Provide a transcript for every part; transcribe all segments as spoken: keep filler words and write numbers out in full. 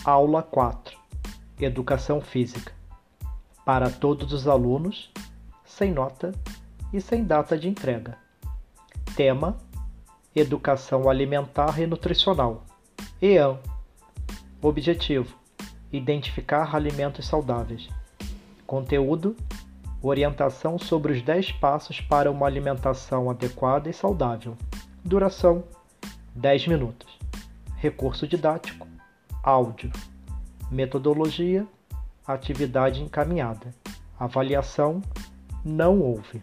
Aula quatro. Educação Física. Para todos os alunos, sem nota e sem data de entrega. Tema: Educação Alimentar e Nutricional. E A N. Objetivo: identificar alimentos saudáveis. Conteúdo: orientação sobre os dez passos para uma alimentação adequada e saudável. Duração: dez minutos. Recurso didático: áudio. Metodologia: atividade encaminhada. Avaliação: não houve.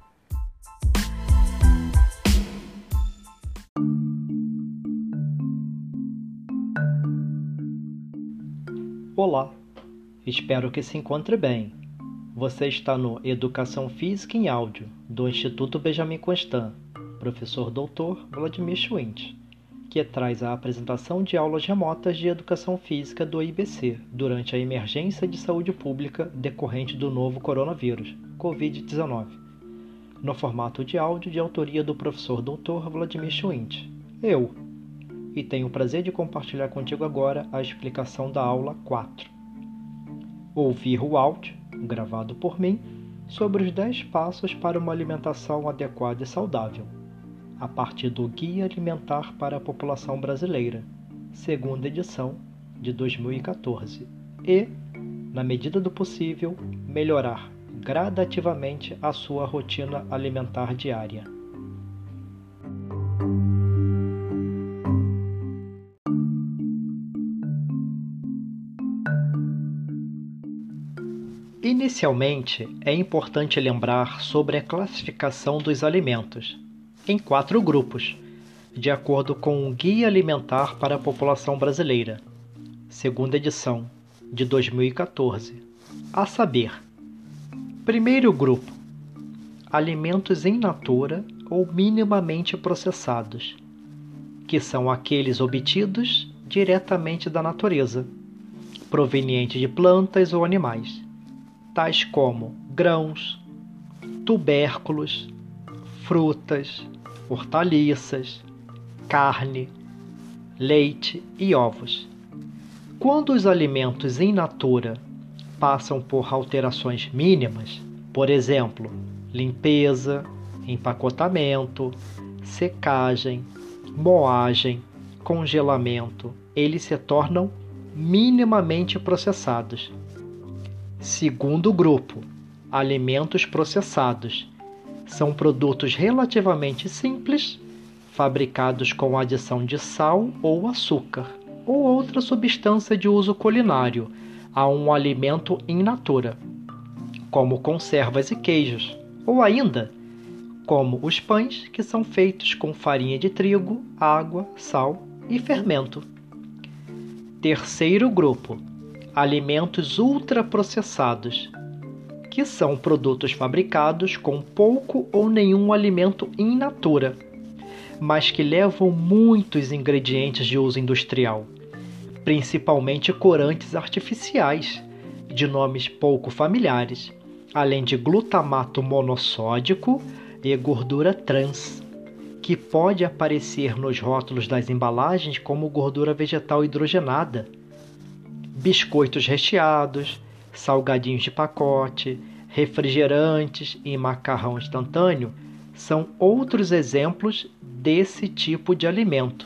Olá, espero que se encontre bem. Você está no Educação Física em Áudio, do Instituto Benjamin Constant, professor doutor Vladimir Schwindt, que traz a apresentação de aulas remotas de Educação Física do I B C durante a emergência de saúde pública decorrente do novo coronavírus, covid dezenove, no formato de áudio de autoria do professor doutor Vladimir Schwindt, eu, e tenho o prazer de compartilhar contigo agora a explicação da aula quatro. Ouvir o áudio, gravado por mim, sobre os dez passos para uma alimentação adequada e saudável, a partir do Guia Alimentar para a População Brasileira, segunda edição de dois mil e quatorze, e, na medida do possível, melhorar gradativamente a sua rotina alimentar diária. Inicialmente, é importante lembrar sobre a classificação dos alimentos, em quatro grupos, de acordo com o Guia Alimentar para a População Brasileira, segunda edição, de dois mil e quatorze, a saber: primeiro grupo, alimentos in natura ou minimamente processados, que são aqueles obtidos diretamente da natureza, provenientes de plantas ou animais, tais como grãos, tubérculos, frutas, hortaliças, carne, leite e ovos. Quando os alimentos in natura passam por alterações mínimas, por exemplo, limpeza, empacotamento, secagem, moagem, congelamento, eles se tornam minimamente processados. Segundo grupo, alimentos processados. São produtos relativamente simples, fabricados com adição de sal ou açúcar, ou outra substância de uso culinário, a um alimento in natura, como conservas e queijos, ou ainda, como os pães que são feitos com farinha de trigo, água, sal e fermento. Terceiro grupo, alimentos ultraprocessados, que são produtos fabricados com pouco ou nenhum alimento in natura, mas que levam muitos ingredientes de uso industrial, principalmente corantes artificiais, de nomes pouco familiares, além de glutamato monossódico e gordura trans, que pode aparecer nos rótulos das embalagens como gordura vegetal hidrogenada. Biscoitos recheados, salgadinhos de pacote, refrigerantes e macarrão instantâneo são outros exemplos desse tipo de alimento.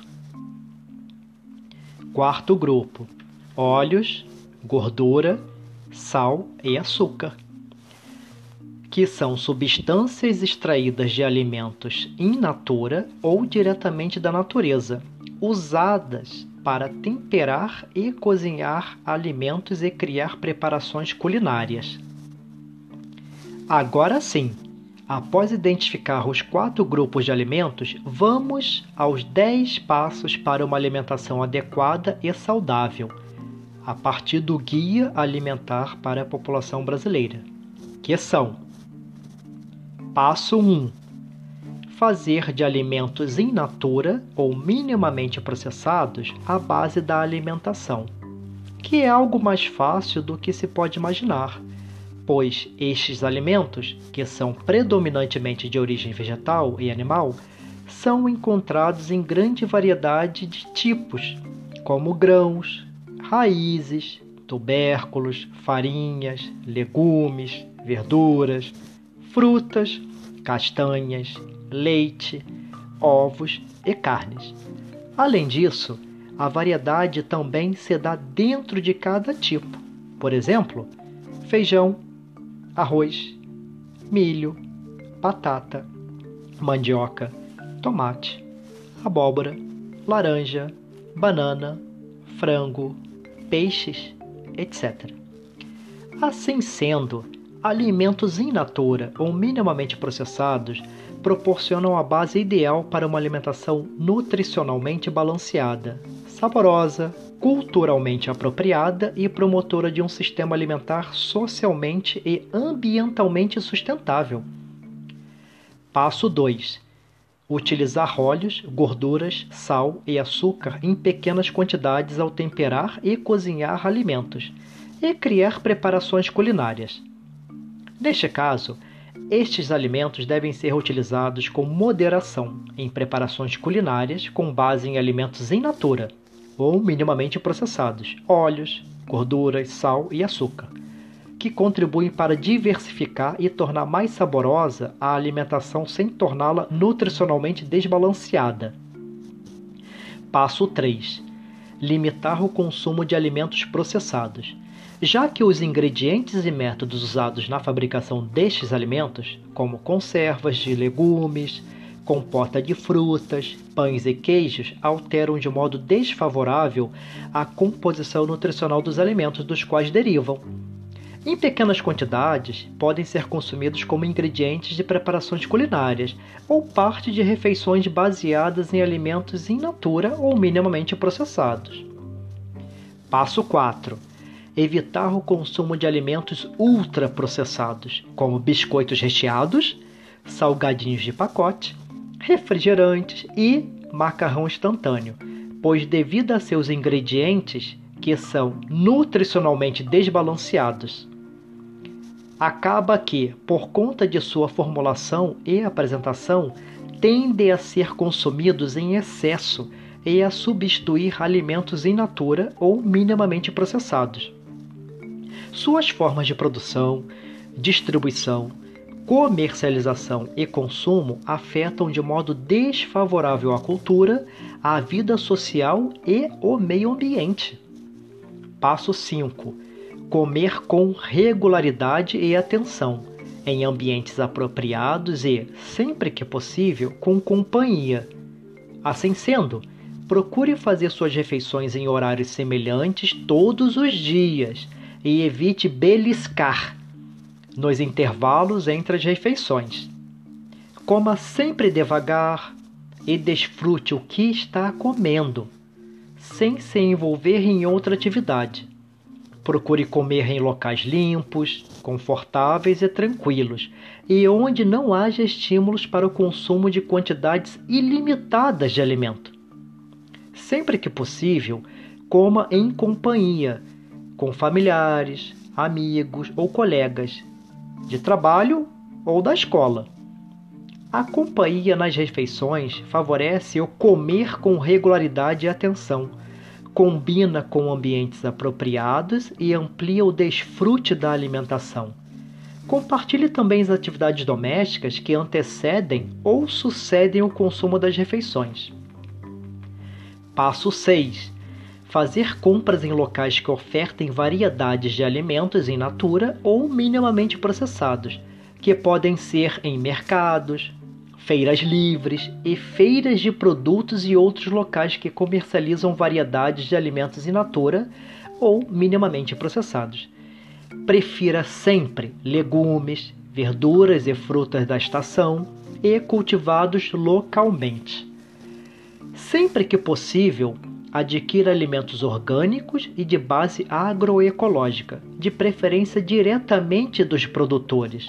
Quarto grupo: óleos, gordura, sal e açúcar, que são substâncias extraídas de alimentos in natura ou diretamente da natureza, usadas para temperar e cozinhar alimentos e criar preparações culinárias. Agora sim, após identificar os quatro grupos de alimentos, vamos aos dez passos para uma alimentação adequada e saudável, a partir do Guia Alimentar para a População Brasileira, que são: passo um. Fazer de alimentos in natura ou minimamente processados a base da alimentação, que é algo mais fácil do que se pode imaginar, pois estes alimentos, que são predominantemente de origem vegetal e animal, são encontrados em grande variedade de tipos, como grãos, raízes, tubérculos, farinhas, legumes, verduras, frutas, castanhas, leite, ovos e carnes. Além disso, a variedade também se dá dentro de cada tipo. Por exemplo, feijão, arroz, milho, batata, mandioca, tomate, abóbora, laranja, banana, frango, peixes, etcétera. Assim sendo, alimentos in natura ou minimamente processados proporcionam a base ideal para uma alimentação nutricionalmente balanceada, saborosa, culturalmente apropriada e promotora de um sistema alimentar socialmente e ambientalmente sustentável. Passo dois. Utilizar óleos, gorduras, sal e açúcar em pequenas quantidades ao temperar e cozinhar alimentos, e criar preparações culinárias. Neste caso, estes alimentos devem ser utilizados com moderação em preparações culinárias com base em alimentos in natura ou minimamente processados, óleos, gorduras, sal e açúcar, que contribuem para diversificar e tornar mais saborosa a alimentação sem torná-la nutricionalmente desbalanceada. Passo três. Limitar o consumo de alimentos processados. Já que os ingredientes e métodos usados na fabricação destes alimentos, como conservas de legumes, compota de frutas, pães e queijos, alteram de modo desfavorável a composição nutricional dos alimentos dos quais derivam. Em pequenas quantidades, podem ser consumidos como ingredientes de preparações culinárias ou parte de refeições baseadas em alimentos in natura ou minimamente processados. Passo quatro. Evitar o consumo de alimentos ultraprocessados, como biscoitos recheados, salgadinhos de pacote, refrigerantes e macarrão instantâneo, pois devido a seus ingredientes, que são nutricionalmente desbalanceados, acaba que, por conta de sua formulação e apresentação, tendem a ser consumidos em excesso e a substituir alimentos in natura ou minimamente processados. Suas formas de produção, distribuição, comercialização e consumo afetam de modo desfavorável a cultura, a vida social e o meio ambiente. Passo cinco. Comer com regularidade e atenção, em ambientes apropriados e, sempre que possível, com companhia. Assim sendo, procure fazer suas refeições em horários semelhantes todos os dias e evite beliscar nos intervalos entre as refeições. Coma sempre devagar e desfrute o que está comendo, sem se envolver em outra atividade. Procure comer em locais limpos, confortáveis e tranquilos, e onde não haja estímulos para o consumo de quantidades ilimitadas de alimento. Sempre que possível, coma em companhia, com familiares, amigos ou colegas, de trabalho ou da escola. A companhia nas refeições favorece o comer com regularidade e atenção, combina com ambientes apropriados e amplia o desfrute da alimentação. Compartilhe também as atividades domésticas que antecedem ou sucedem o consumo das refeições. Passo seis. Fazer compras em locais que ofertem variedades de alimentos in natura ou minimamente processados, que podem ser em mercados, feiras livres e feiras de produtos e outros locais que comercializam variedades de alimentos in natura ou minimamente processados. Prefira sempre legumes, verduras e frutas da estação e cultivados localmente. Sempre que possível, adquira alimentos orgânicos e de base agroecológica, de preferência diretamente dos produtores.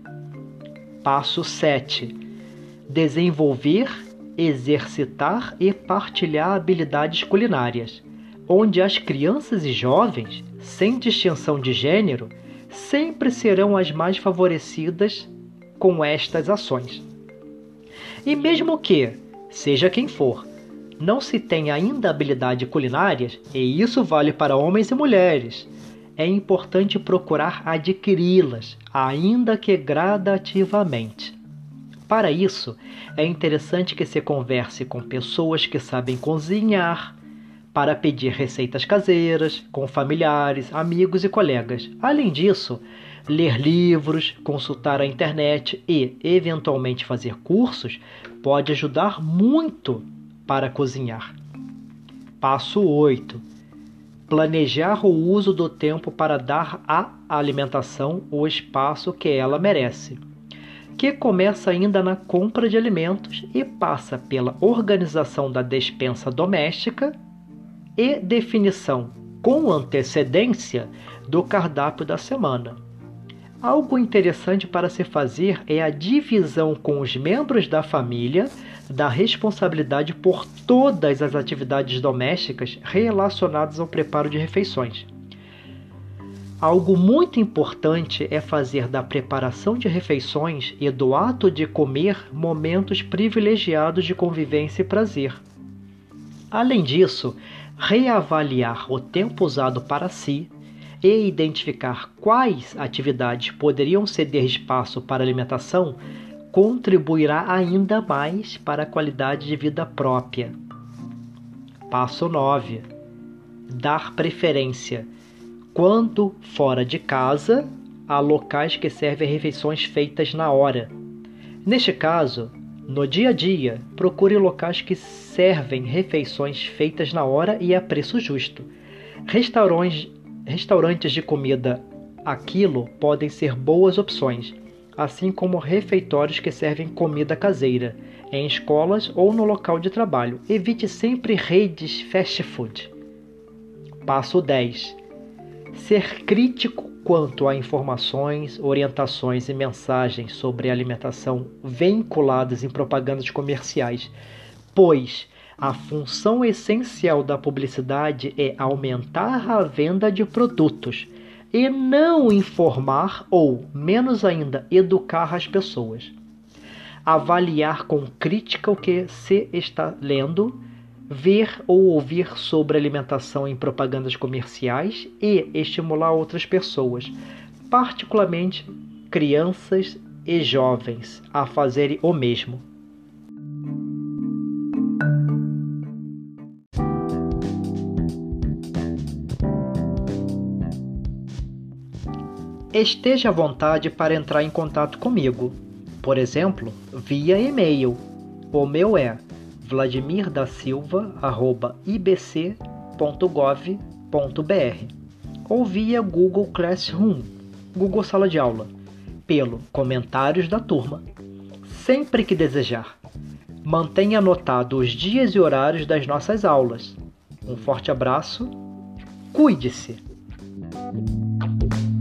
Passo sete. Desenvolver, exercitar e partilhar habilidades culinárias, onde as crianças e jovens, sem distinção de gênero, sempre serão as mais favorecidas com estas ações. E mesmo que, seja quem for, não se tem ainda habilidade culinárias, e isso vale para homens e mulheres, é importante procurar adquiri-las, ainda que gradativamente. Para isso, é interessante que se converse com pessoas que sabem cozinhar, para pedir receitas caseiras, com familiares, amigos e colegas. Além disso, ler livros, consultar a internet e, eventualmente, fazer cursos pode ajudar muito para cozinhar. Passo oito. Planejar o uso do tempo para dar à alimentação o espaço que ela merece, que começa ainda na compra de alimentos e passa pela organização da despensa doméstica e definição com antecedência do cardápio da semana. Algo interessante para se fazer é a divisão com os membros da família da responsabilidade por todas as atividades domésticas relacionadas ao preparo de refeições. Algo muito importante é fazer da preparação de refeições e do ato de comer momentos privilegiados de convivência e prazer. Além disso, reavaliar o tempo usado para si e identificar quais atividades poderiam ceder espaço para alimentação contribuirá ainda mais para a qualidade de vida própria. Passo nove. Dar preferência, quando fora de casa, a locais que servem refeições feitas na hora. Neste caso, no dia a dia, procure locais que servem refeições feitas na hora e a preço justo. Restaurantes, restaurantes de comida a quilo podem ser boas opções, assim como refeitórios que servem comida caseira, em escolas ou no local de trabalho. Evite sempre redes fast food. Passo dez. Ser crítico quanto a informações, orientações e mensagens sobre alimentação vinculadas em propagandas comerciais, pois a função essencial da publicidade é aumentar a venda de produtos e não informar ou, menos ainda, educar as pessoas. Avaliar com crítica o que se está lendo, ver ou ouvir sobre alimentação em propagandas comerciais e estimular outras pessoas, particularmente crianças e jovens, a fazerem o mesmo. Esteja à vontade para entrar em contato comigo, por exemplo, via e-mail. O meu é vladimir da silva arroba i b c ponto gov ponto b r ou via Google Classroom, Google Sala de Aula, pelo Comentários da Turma, sempre que desejar. Mantenha anotado os dias e horários das nossas aulas. Um forte abraço, cuide-se!